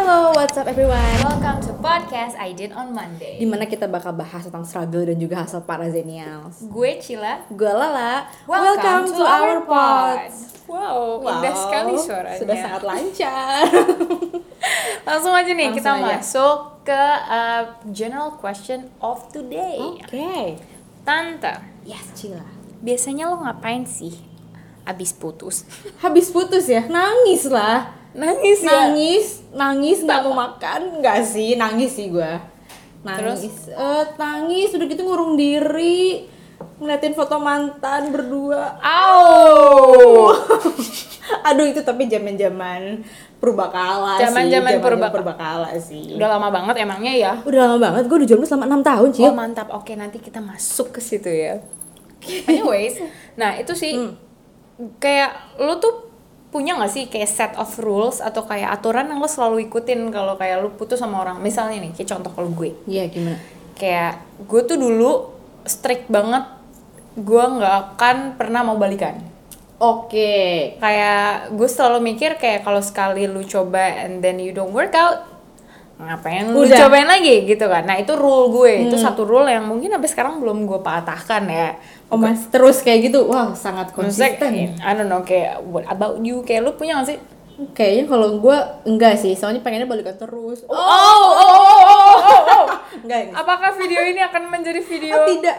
Halo, what's up everyone? Welcome to podcast I Did on Monday. Dimana kita bakal bahas tentang struggle dan juga hustle para Zenials. Gue Cila. Gue Lala. Welcome to our pod. Wow, Indah sekali suaranya. Sudah sangat lancar. Langsung aja nih Langsung kita aja. masuk ke general question of today. Oke. Tante, Yes, Cila. biasanya lo ngapain sih abis putus? Habis putus ya, nangis lah. Nangis ya? Nangis nggak mau makan, nggak sih, nangis sih gue. Nangis, nangis, udah gitu ngurung diri, ngeliatin foto mantan berdua. Au! Aduh itu tapi zaman-zaman purbakala sih. Zaman-zaman purbakala sih. Udah lama banget emangnya ya? Udah lama banget, gue udah jomblo selama 6 tahun, Cil. Oh mantap, oke nanti kita masuk ke situ ya. Anyways, nah itu sih kayak lo tuh punya nggak sih kayak set of rules atau kayak aturan yang lo selalu ikutin kalau kayak lo putus sama orang? Misalnya nih, kayak contoh kalau gue, Iya, gimana? kayak gue tuh dulu strict banget, gue nggak akan pernah mau balikan. Oke. Kayak gue selalu mikir kayak kalau sekali lu coba and then you don't work out, ngapain lu Udah. cobain lagi gitu kan. Nah itu rule gue, itu satu rule yang mungkin sampai sekarang belum gue patahkan ya. Oh mas, terus kayak gitu, wah sangat Maksudnya, konsisten. I don't know, kayak what about you, kayak lu punya gak sih? Kayaknya kalau gue enggak sih, soalnya pengennya balikan terus. Oh. Enggak. Apakah video ini akan menjadi video Oh tidak,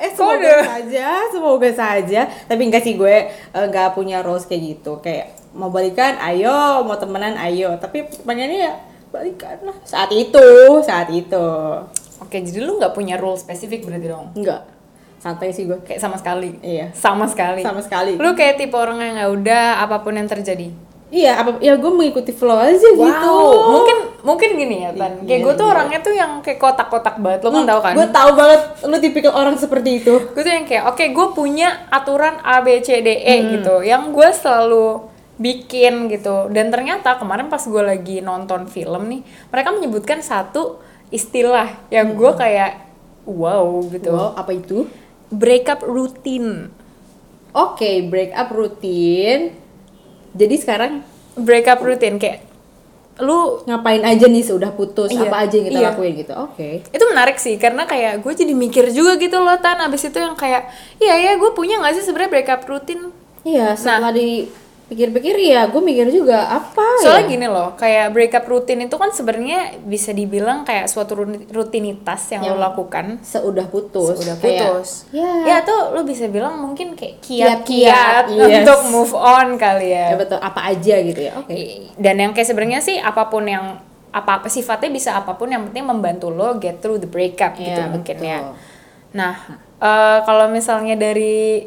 semoga saja. Tapi enggak sih gue enggak punya rules kayak gitu. Kayak mau balikan, ayo, mau temenan, ayo. Tapi pengennya ya balikan lah. Saat itu. Oke, jadi lu nggak punya rule spesifik berarti dong? Enggak, santai sih gue. Kayak sama sekali? Iya. Sama sekali? Sama sekali. Lu kayak tipe orang yang nggak udah apapun yang terjadi? Iya, ya gue mengikuti flow aja gitu. Mungkin gini ya Tan, kayak Iya, gue tuh iya. orangnya tuh yang kayak kotak-kotak banget, lo kan tahu kan? Gue tahu banget, lu tipikal orang seperti itu. Gue tuh yang kayak oke, gue punya aturan A B C D E gitu, yang gue selalu bikin gitu. Dan ternyata kemarin pas gue lagi nonton film nih, mereka menyebutkan satu istilah yang gue kayak wow gitu, Wow, apa itu? breakup routine. Oke, break up rutin. Jadi sekarang Breakup routine kayak lu ngapain aja nih sudah putus? Iya, Apa aja yang kita iya. lakuin gitu? Oke. itu menarik sih karena kayak gue jadi mikir juga gitu loh Tan, abis itu yang kayak iya gue punya nggak sih sebenarnya breakup routine. Iya, setelah dipikir-pikir ya gue mikir juga apa Soalnya ya? gini loh, kayak breakup routine itu kan sebenarnya bisa dibilang kayak suatu rutinitas yang lo lakukan Seudah putus. udah Kayak, putus. ya. Ya tuh lo bisa bilang mungkin kayak Kiat-kiat, kiat-kiat yes. untuk move on kali Ya ya. betul, apa aja gitu ya. Oke. Dan yang kayak sebenarnya sih apapun yang apa sifatnya bisa apapun yang penting membantu lo get through the breakup gitu Iya, mungkin betul. ya. Nah, kalau misalnya dari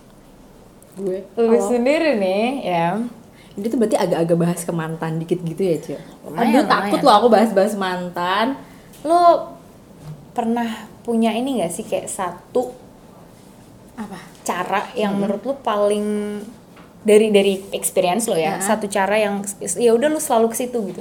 Gue lu sendiri nih ya. ini tuh berarti agak-agak bahas ke mantan dikit gitu ya, Cil. Lumayan, Aduh, takut lumayan. loh aku bahas-bahas mantan. Lo pernah punya ini gak sih kayak satu Apa? cara yang menurut lo paling dari experience lo ya, satu cara yang ya udah lo selalu ke situ gitu.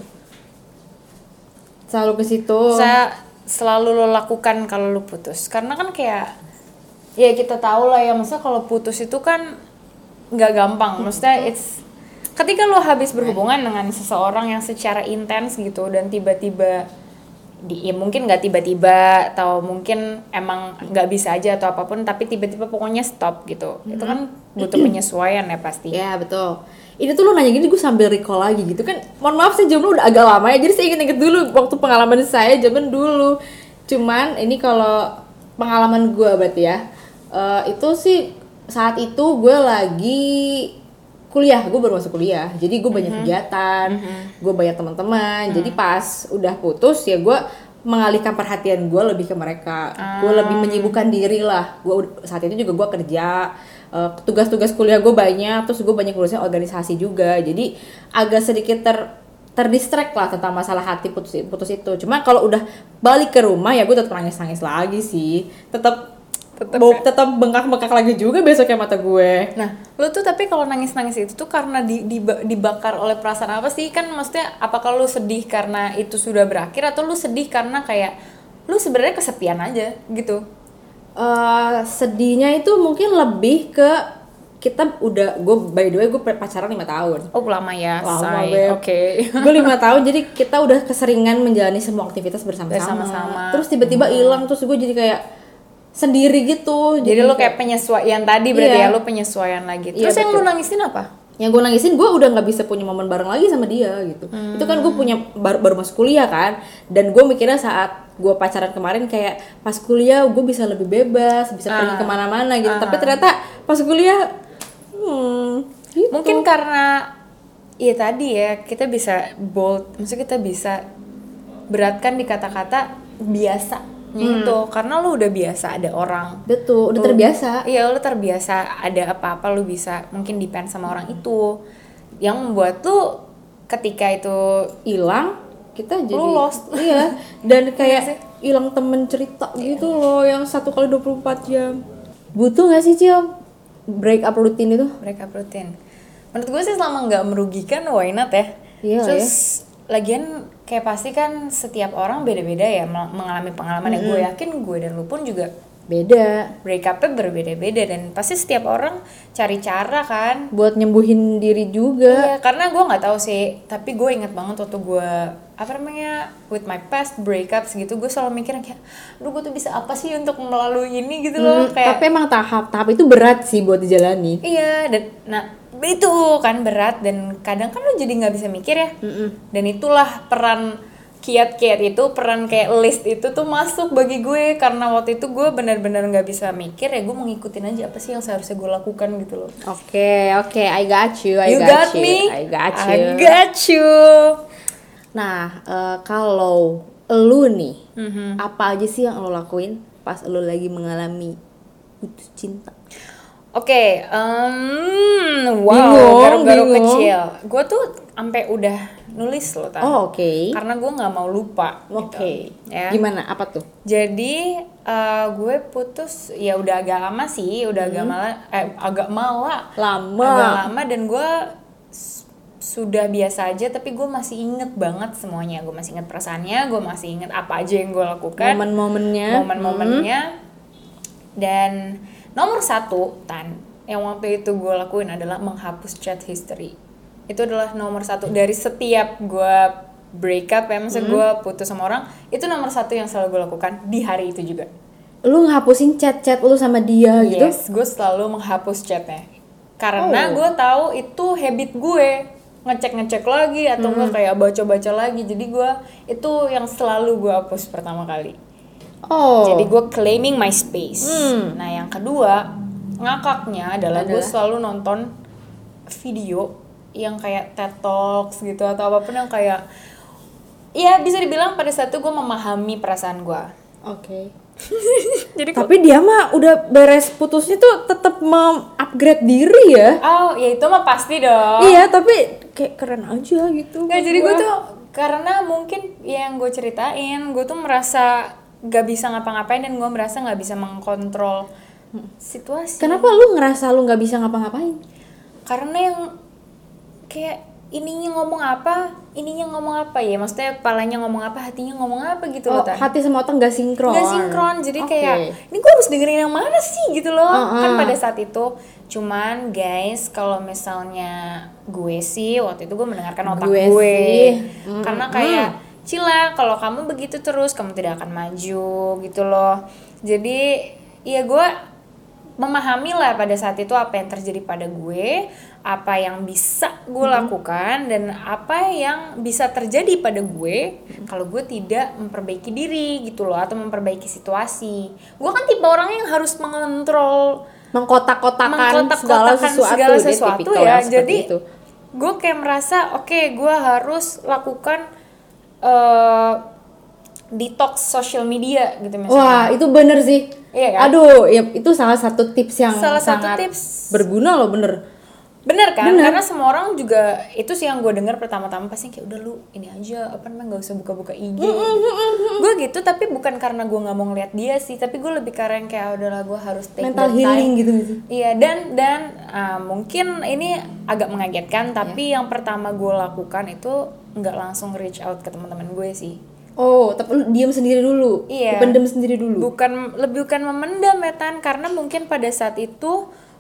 Selalu ke situ. Saya selalu lo lakukan kalau lo putus. Karena kan kayak ya kita tahu lah ya, maksudnya kalau putus itu kan nggak gampang. Maksudnya ketika lo habis berhubungan dengan seseorang yang secara intens gitu dan tiba-tiba ya mungkin nggak tiba-tiba atau mungkin emang nggak bisa aja atau apapun, tapi tiba-tiba pokoknya stop gitu. Itu kan butuh penyesuaian ya pasti. Ya betul. Ini tuh lu nanya gini gue sambil recall lagi gitu kan. Mohon maaf saya jomblo udah agak lama ya. Jadi saya inget-inget dulu waktu pengalaman saya zaman dulu. Cuman ini kalau pengalaman gue berarti ya. Itu sih saat itu gue lagi kuliah. Gue baru masuk kuliah. Jadi gue banyak kegiatan. Gue banyak teman-teman. Jadi pas udah putus ya gue mengalihkan perhatian gue lebih ke mereka. Gue lebih menyibukkan diri lah. Gue saat itu juga gue kerja. Tugas-tugas kuliah gue banyak, terus gue banyak ngurusin organisasi juga, jadi agak sedikit terdistract lah tentang masalah hati putus itu. Cuma kalau udah balik ke rumah ya gue tetap nangis lagi sih, tetap bengkak lagi juga besoknya mata gue. Nah, lu tuh tapi kalau nangis-nangis itu tuh karena dibakar oleh perasaan apa sih? Kan maksudnya apakah lu sedih karena itu sudah berakhir atau lu sedih karena kayak lu sebenarnya kesepian aja gitu? Sedihnya itu mungkin lebih ke kita udah, gue by the way gue pacaran 5 tahun. Oh lama ya, Lama, say. Beb. Oke. Gue 5 tahun, jadi kita udah keseringan menjalani semua aktivitas bersama-sama. Bersama-sama. Terus tiba-tiba hilang, terus gue jadi kayak sendiri gitu. Jadi lo kayak penyesuaian tadi berarti Iya. ya, lo penyesuaian lagi. Iya, Terus yang betul. lo nangisin apa? Yang gue nangisin, gue udah nggak bisa punya momen bareng lagi sama dia gitu. Itu kan gue punya baru masuk kuliah kan, dan gue mikirnya saat gue pacaran kemarin kayak pas kuliah gue bisa lebih bebas, bisa pergi kemana-mana gitu. Tapi ternyata pas kuliah gitu. Mungkin karena ya tadi ya, kita bisa bold, maksudnya kita bisa beratkan di kata-kata biasa itu, karena lu udah biasa ada orang. Betul, udah terbiasa. Iya, lu terbiasa ada apa-apa lu bisa mungkin depend sama orang itu, yang membuat lu ketika itu Hilang, kita jadi Lu lost. Iya, dan kayak hilang temen cerita gitu loh, yang 1 kali 24 jam. Butuh gak sih Cium break up rutin itu? mereka rutin. Menurut gue sih selama nggak merugikan, why not ya? Iya, Terus lagian kayak pasti kan setiap orang beda-beda ya mengalami pengalaman yang gue yakin gue dan lu pun juga Beda. break up-nya berbeda-beda, dan pasti setiap orang cari cara kan. Buat nyembuhin diri juga. Iya, karena gue nggak tahu sih, tapi gue inget banget waktu gue with my past breakups gitu, gue selalu mikir kayak, aduh gue tuh bisa apa sih untuk melalui ini gitu loh, kayak Tapi emang tahap itu berat sih buat dijalani. iya, dan nah itu kan berat, dan kadang kan lo jadi nggak bisa mikir ya. Dan itulah peran kiat-kiat itu, peran kayak list itu tuh masuk bagi gue, karena waktu itu gue benar-benar nggak bisa mikir ya, gue mau ngikutin aja apa sih yang seharusnya gue lakukan gitu loh. Oke, I got you. You got me? I got you. I got you. Nah, kalau lu nih, apa aja sih yang lo lakuin pas lo lagi mengalami putus cinta? Oke, wow, Bingung. garu-garu kecil. Gue tuh sampai udah nulis loh tadi. Oh, oke. Karena gue nggak mau lupa. Oke. Gitu, ya. Gimana? Apa tuh? Jadi gue putus ya udah agak lama sih, udah agak lama, dan gue sudah biasa aja, tapi gue masih inget banget semuanya. Gue masih inget perasaannya, gue masih inget apa aja yang gue lakukan, momen-momennya. Dan nomor 1 yang waktu itu gue lakuin adalah menghapus chat history. Itu adalah nomor 1 dari setiap gue break up ya, maksudnya gue putus sama orang, itu nomor 1 yang selalu gue lakukan di hari itu juga. Lu ngehapusin chat-chat lu sama dia gitu? Yes, gue selalu menghapus chatnya, karena gue tahu itu habit gue, ngecek lagi atau enggak kayak baca lagi. Jadi gue itu yang selalu gue hapus pertama kali. Jadi gue claiming my space. Nah yang kedua, ngakaknya adalah gue selalu nonton video yang kayak TED Talks gitu, atau apapun yang kayak, ya bisa dibilang pada saat itu gue memahami perasaan gue. Oke. Jadi Tapi dia mah udah beres putusnya tuh tetap upgrade diri ya? oh ya itu mah pasti dong. Iya, tapi kayak keren aja gitu. Nggak, jadi gue tuh karena mungkin yang gue ceritain, gue tuh merasa gak bisa ngapa-ngapain, dan gue merasa gak bisa mengkontrol situasi. Kenapa lu ngerasa lu nggak bisa ngapa-ngapain? Karena yang kayak ininya ngomong apa ya, maksudnya kepalanya ngomong apa, hatinya ngomong apa gitu loh. Hati sama otak nggak sinkron. Nggak sinkron, jadi Oke. kayak ini gue harus dengerin yang mana sih gitu loh. Kan pada saat itu, cuman guys kalau misalnya gue sih waktu itu gue mendengarkan otak Gue gue, sih. karena kayak Cila, kalau kamu begitu terus kamu tidak akan maju gitu loh. Jadi ya gue memahami lah pada saat itu apa yang terjadi pada gue, apa yang bisa gue lakukan, dan apa yang bisa terjadi pada gue kalau gue tidak memperbaiki diri gitu loh, atau memperbaiki situasi. Gue kan tipe orang yang harus mengontrol, mengkotak-kotakan segala sesuatu ya. Jadi gue kayak merasa oke, gue harus lakukan detox social media gitu misalnya. Wah, itu bener sih. Iya kan? Aduh, ya, itu salah satu tips yang sangat berguna loh, bener. Bener kan? Karena semua orang juga itu sih yang gue dengar pertama-tama, pasti kayak udah lu ini aja apa namanya, nggak usah buka-buka IG. Gue gitu, tapi bukan karena gue nggak mau ngeliat dia sih, tapi gue lebih karena yang kayak udahlah gue harus take mental that healing time. gitu sih. Iya, dan mungkin ini agak mengagetkan, tapi yang pertama gue lakukan itu nggak langsung reach out ke teman-teman gue sih. Oh, tapi lu diam sendiri dulu. Iya. Dipendam sendiri dulu. Bukan memendam ya Tan, karena mungkin pada saat itu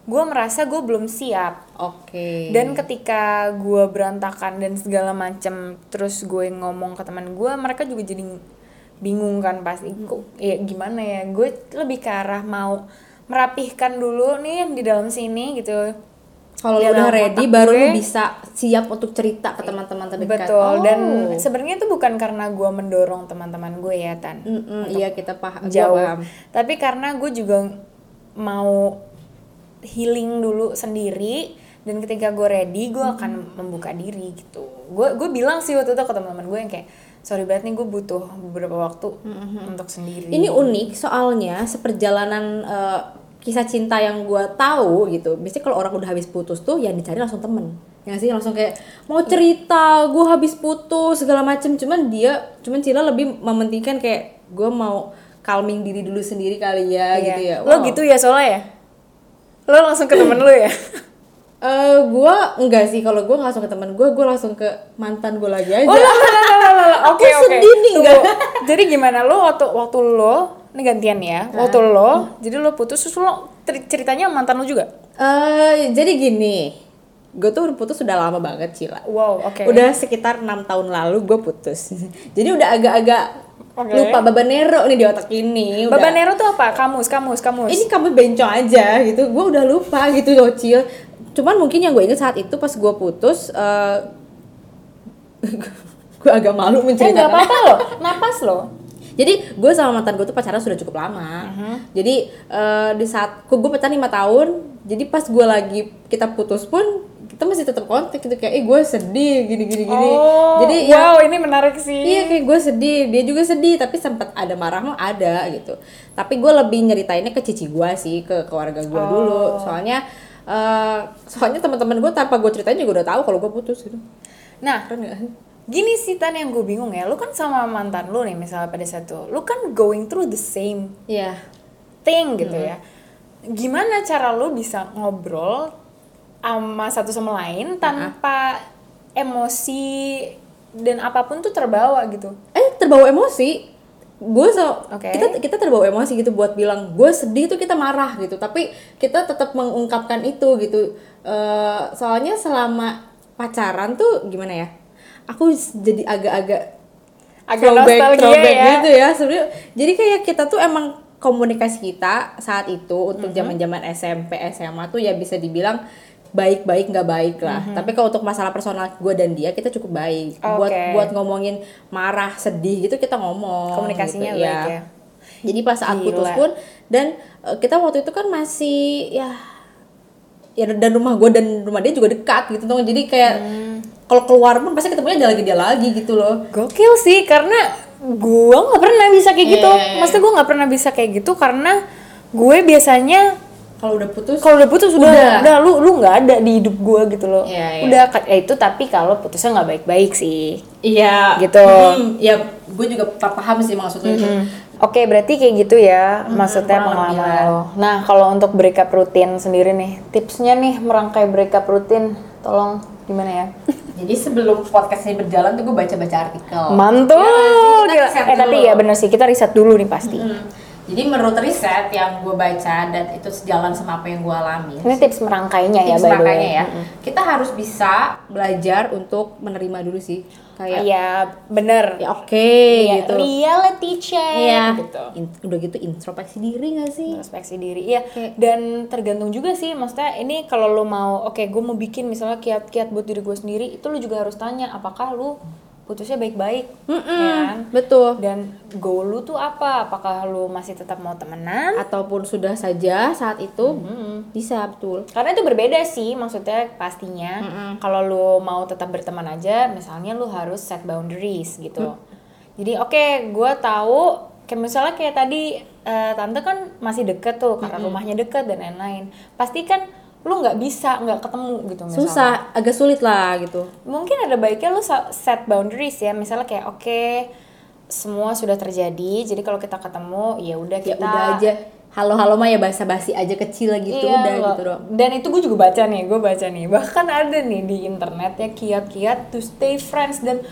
gue merasa gue belum siap. Oke. Dan ketika gue berantakan dan segala macam, terus gue ngomong ke teman gue, mereka juga jadi bingung kan pasti. Kok ya gimana ya? Gue lebih ke arah mau merapihkan dulu nih di dalam sini gitu. Kalau lu Di udah dalam ready otak baru gue, lu bisa siap untuk cerita ke teman-teman terdekat. betul. Dan sebenarnya itu bukan karena gue mendorong teman-teman gue ya, Tan. Iya kita paham. Jauh. Gua paham. Tapi karena gue juga mau healing dulu sendiri, dan ketika gue ready gue akan membuka diri gitu. Gue bilang sih waktu itu ke teman-teman gue yang kayak, sorry banget nih, gue butuh beberapa waktu untuk sendiri. Ini unik soalnya seperjalanan kisah cinta yang gue tahu gitu. Biasanya kalau orang udah habis putus tuh yang dicari langsung temen. Ya nggak sih, langsung kayak mau cerita, gue habis putus segala macem. Cuman Cila lebih mementingkan kayak gue mau calming diri dulu sendiri kali ya gitu ya. Lo gitu ya soalnya ya? Lo langsung ke temen lo ya? Gue enggak sih, kalau gue nggak langsung ke temen gue langsung ke mantan gue lagi aja. Oh lah. Oke. sedih nih, Tunggu. enggak? Jadi gimana lo waktu lo, ini gantian ya, waktu lo, jadi lo putus terus lo ceritanya sama mantan lo juga? Jadi gini, gue tuh putus sudah lama banget Cila. Wow, oke. Udah sekitar 6 tahun lalu gue putus. Jadi udah agak-agak lupa Babanero nih di otak ini. Babanero tuh apa? Kamus. Ini kamu bencong aja gitu. Gue udah lupa gitu loh Cil. Cuman mungkin yang gue inget saat itu pas gue putus, gue agak malu menceritakan. Gak apa-apa lo, napas lo. Jadi gue sama mantan gue tuh pacaran sudah cukup lama. Jadi di saat gue pacaran 5 tahun, jadi pas gue lagi kita putus pun kita masih tetap kontak gitu, kayak gue sedih gini. Oh, Jadi wow, ini menarik sih. Iya, kayak gue sedih, dia juga sedih, tapi sempat ada marah mah ada gitu. Tapi gue lebih nyeritainnya ke cici gue sih, ke keluarga gue dulu. Soalnya teman-teman gue tanpa gue ceritain juga udah tahu kalau gue putus gitu. Nah, gini sih Tan, yang gue bingung ya, lu kan sama mantan lu nih misalnya pada saat itu, lu kan going through the same thing gitu ya. Gimana cara lu bisa ngobrol sama satu sama lain tanpa emosi dan apapun tuh terbawa gitu? Terbawa emosi. Oke. Kita terbawa emosi gitu buat bilang gue sedih tuh, kita marah gitu, tapi kita tetap mengungkapkan itu gitu. Soalnya selama pacaran tuh gimana ya, aku jadi agak Nostalgia ya gitu ya sebenarnya. Jadi kayak kita tuh emang komunikasi kita saat itu untuk zaman-zaman SMP SMA tuh ya bisa dibilang baik-baik nggak baik lah. Tapi kalau untuk masalah personal gue dan dia, kita cukup baik. Buat ngomongin marah sedih gitu kita ngomong. Komunikasinya gitu, baik ya. Jadi pas saat putus pun, dan kita waktu itu kan masih ya dan rumah gue dan rumah dia juga dekat gitu dong. Jadi kayak kalau keluar pun pasti ketemunya dia lagi gitu loh. Gokil sih, karena gue nggak pernah bisa kayak gitu. Maksudnya gue nggak pernah bisa kayak gitu karena gue biasanya kalau udah putus udah lu nggak ada di hidup gue gitu loh. Iya. Udah itu, tapi kalau putusnya nggak baik-baik sih. Iya. Gitu. Ya gue juga paham sih maksudnya itu. Oke, berarti kayak gitu ya maksudnya pengalaman lo. Nah, kalau untuk breakup rutin sendiri nih, tipsnya nih merangkai breakup rutin, tolong gimana ya? Jadi sebelum podcast ini berjalan tuh gue baca-baca artikel. Mantul. Ya, kita riset Tapi dulu. ya bener sih, kita riset dulu nih pasti. Jadi menurut riset yang gue baca dan itu sejalan sama apa yang gue alami. Ini tips merangkainya ya, Tips by the way. makanya ya. Kita harus bisa belajar untuk menerima dulu sih. Kayak Iya, bener. ya oke, gitu. Reality check Iya. gitu. Udah gitu introspeksi diri gak sih? Introspeksi diri, iya. Dan tergantung juga sih, maksudnya ini kalau lo mau, oke, gue mau bikin misalnya kiat-kiat buat diri gue sendiri, itu lo juga harus tanya, apakah lo putusnya baik-baik, ya kan? Betul. Dan goal lu tuh apa? Apakah lu masih tetap mau temenan? Ataupun sudah saja saat itu bisa, betul. Karena itu berbeda sih, maksudnya pastinya. Kalau lu mau tetap berteman aja, misalnya lu harus set boundaries gitu. Jadi oke, gue tahu kayak misalnya kayak tadi tante kan masih deket tuh karena rumahnya deket dan lain-lain. Pasti kan lu nggak ketemu gitu misalnya. Susah, agak sulit lah gitu. Mungkin ada baiknya lu set boundaries ya, misalnya kayak oke, semua sudah terjadi, jadi kalau kita ketemu ya udah kita udah aja halo mah ya basa-basi aja kecil gitu, iya, udah gitu doang. Dan itu gue juga baca nih, bahkan ada nih di internet ya kiat-kiat to stay friends, dan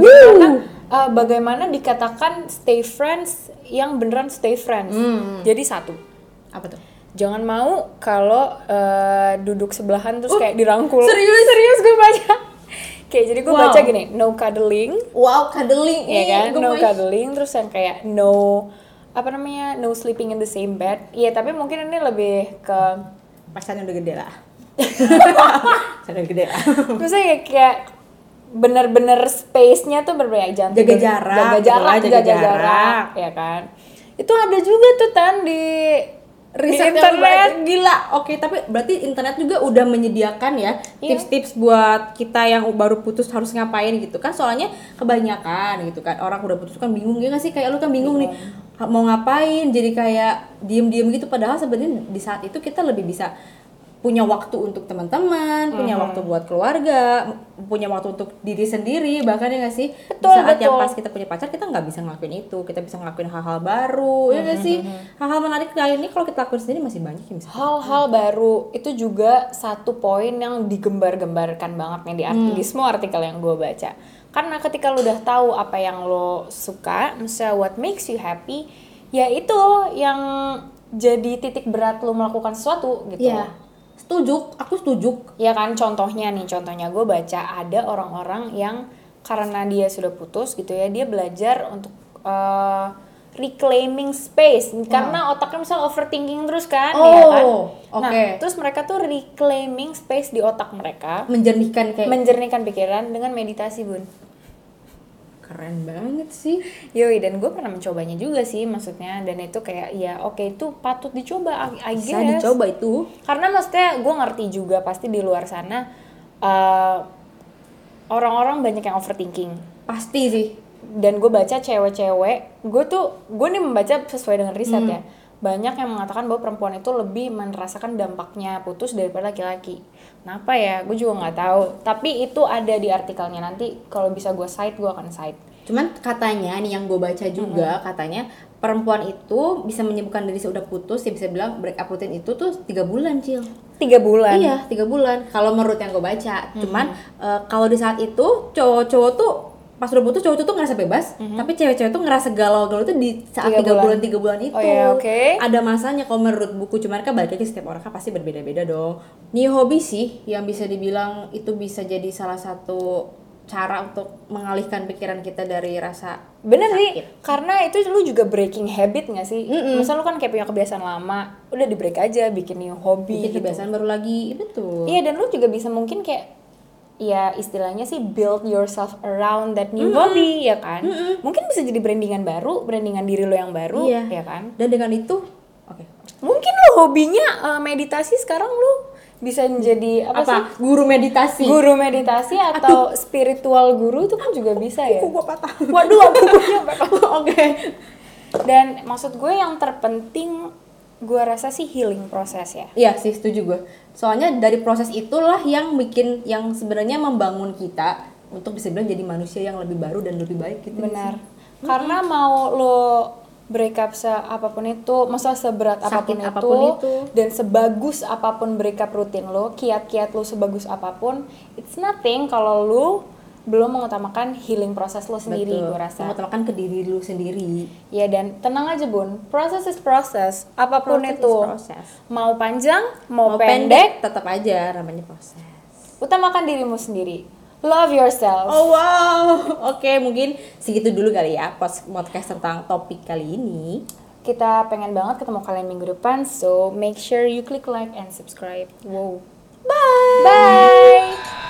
bagaimana dikatakan stay friends yang beneran stay friends. Jadi satu, Apa tuh? Jangan mau kalau duduk sebelahan terus kayak dirangkul. Serius? Serius gue baca. Kayak jadi gue Wow. baca gini, no cuddling, Wow, cuddling. ya kan? No gemes. cuddling, terus yang kayak no apa namanya, no sleeping in the same bed. Iya, tapi mungkin ini lebih ke Pacarnya udah gede lah. Pacarnya udah gede lah. maksudnya kayak bener-bener space-nya tuh berbeda, jangan Jaga tidur- jarak, jaga gitu jarak, lah, jaga jaga jarak. jarak, ya kan? Itu ada juga tuh Tan di Riset internet. gila. Oke, tapi berarti internet juga udah menyediakan ya Iya. tips-tips buat kita yang baru putus harus ngapain gitu kan. Soalnya kebanyakan gitu kan orang udah putus kan bingung ya nggak sih, kayak lu kan bingung nih mau ngapain, jadi kayak diem-diem gitu, padahal sebenarnya di saat itu kita lebih bisa punya waktu untuk teman-teman, punya waktu buat keluarga, punya waktu untuk diri sendiri, bahkan ya nggak sih. Betul, Di saat yang betul. pas kita punya pacar kita nggak bisa ngelakuin itu, kita bisa ngelakuin hal-hal baru, ya nggak sih. Hal-hal menarik kayak ini kalau kita lakuin sendiri masih banyak yang bisa. Hal-hal baru itu juga satu poin yang digembar-gembarkan banget nih di semua artikel yang gue baca. Karena ketika lo udah tahu apa yang lo suka, misalnya what makes you happy, ya itu yang jadi titik berat lo melakukan sesuatu gitu. Iya, setuju, aku setuju. Ya kan, contohnya gue baca ada orang-orang yang karena dia sudah putus gitu ya, dia belajar untuk reclaiming space karena otaknya misalnya overthinking terus kan, Oh, ya kan. Nah, oke. terus mereka tuh reclaiming space di otak mereka, Menjernihkan kayak menjernihkan pikiran dengan meditasi, Bun. keren banget sih. Yoi, dan gue pernah mencobanya juga sih maksudnya, dan itu kayak ya oke, itu patut dicoba, I Bisa guess. dicoba itu. Karena maksudnya gue ngerti juga pasti di luar sana orang-orang banyak yang overthinking. Pasti sih. Dan gue baca cewek-cewek, gue nih membaca sesuai dengan riset ya, banyak yang mengatakan bahwa perempuan itu lebih merasakan dampaknya putus daripada laki-laki. Kenapa ya? Gue juga nggak tahu. Tapi itu ada di artikelnya, nanti kalau bisa gue cite, gue akan cite. Cuman katanya nih yang gue baca juga, katanya perempuan itu bisa menyembuhkan diri sudah putus, ya bisa bilang break up rutin itu tuh 3 bulan, Cil. 3 bulan. Iya, 3 bulan. Kalau menurut yang gue baca. Cuman kalau di saat itu cowok-cowok tuh pas udah putus cowok tuh ngerasa bebas, tapi cewek-cewek tuh ngerasa galau-galau tuh di saat 3 bulan 3 bulan itu. Oh ya, oke. Ada masanya kalau menurut buku, cuman kan balik lagi setiap orang kan pasti berbeda-beda dong. New hobby sih yang bisa dibilang itu bisa jadi salah satu cara untuk mengalihkan pikiran kita dari rasa Bener sakit. sih, karena itu lu juga breaking habit gak sih? Misal lu kan kayak punya kebiasaan lama, udah di break aja, bikin new hobby Bikin gitu. kebiasaan baru lagi, betul. Iya, dan lu juga bisa mungkin kayak, ya istilahnya sih build yourself around that new hobby, ya kan? Mungkin bisa jadi brandingan baru, brandingan diri lo yang baru, Iya. ya kan? Dan dengan itu, oke. Mungkin lo hobinya meditasi, sekarang lu bisa menjadi apa sih? Guru meditasi. Guru meditasi atau spiritual guru itu kan juga bisa ya. Kuku gua patah. Waduh, aku punya Oke. Dan maksud gue yang terpenting gue rasa sih healing proses ya. Iya sih, setuju gue. Soalnya dari proses itulah yang bikin, yang sebenarnya membangun kita untuk bisa bilang jadi manusia yang lebih baru dan lebih baik gitu. Benar. Karena mau lo break up apapun itu, masalah seberat Sakit apapun apapun itu. dan sebagus apapun break up rutin lo, kiat-kiat lo sebagus apapun, it's nothing kalau lo belum mengutamakan healing proses lo sendiri, gue rasa. Mengutamakan ke diri lu sendiri. Ya, dan tenang aja Bun, proses is proses, apapun Proses is itu. proses. Mau panjang, mau pendek, pendek, tetap aja namanya proses. utamakan dirimu sendiri. Love yourself. Oh wow. Oke, mungkin segitu dulu kali ya podcast tentang topik kali ini. Kita pengen banget ketemu kalian minggu depan, so make sure you click like and subscribe. Wow. Bye. Bye.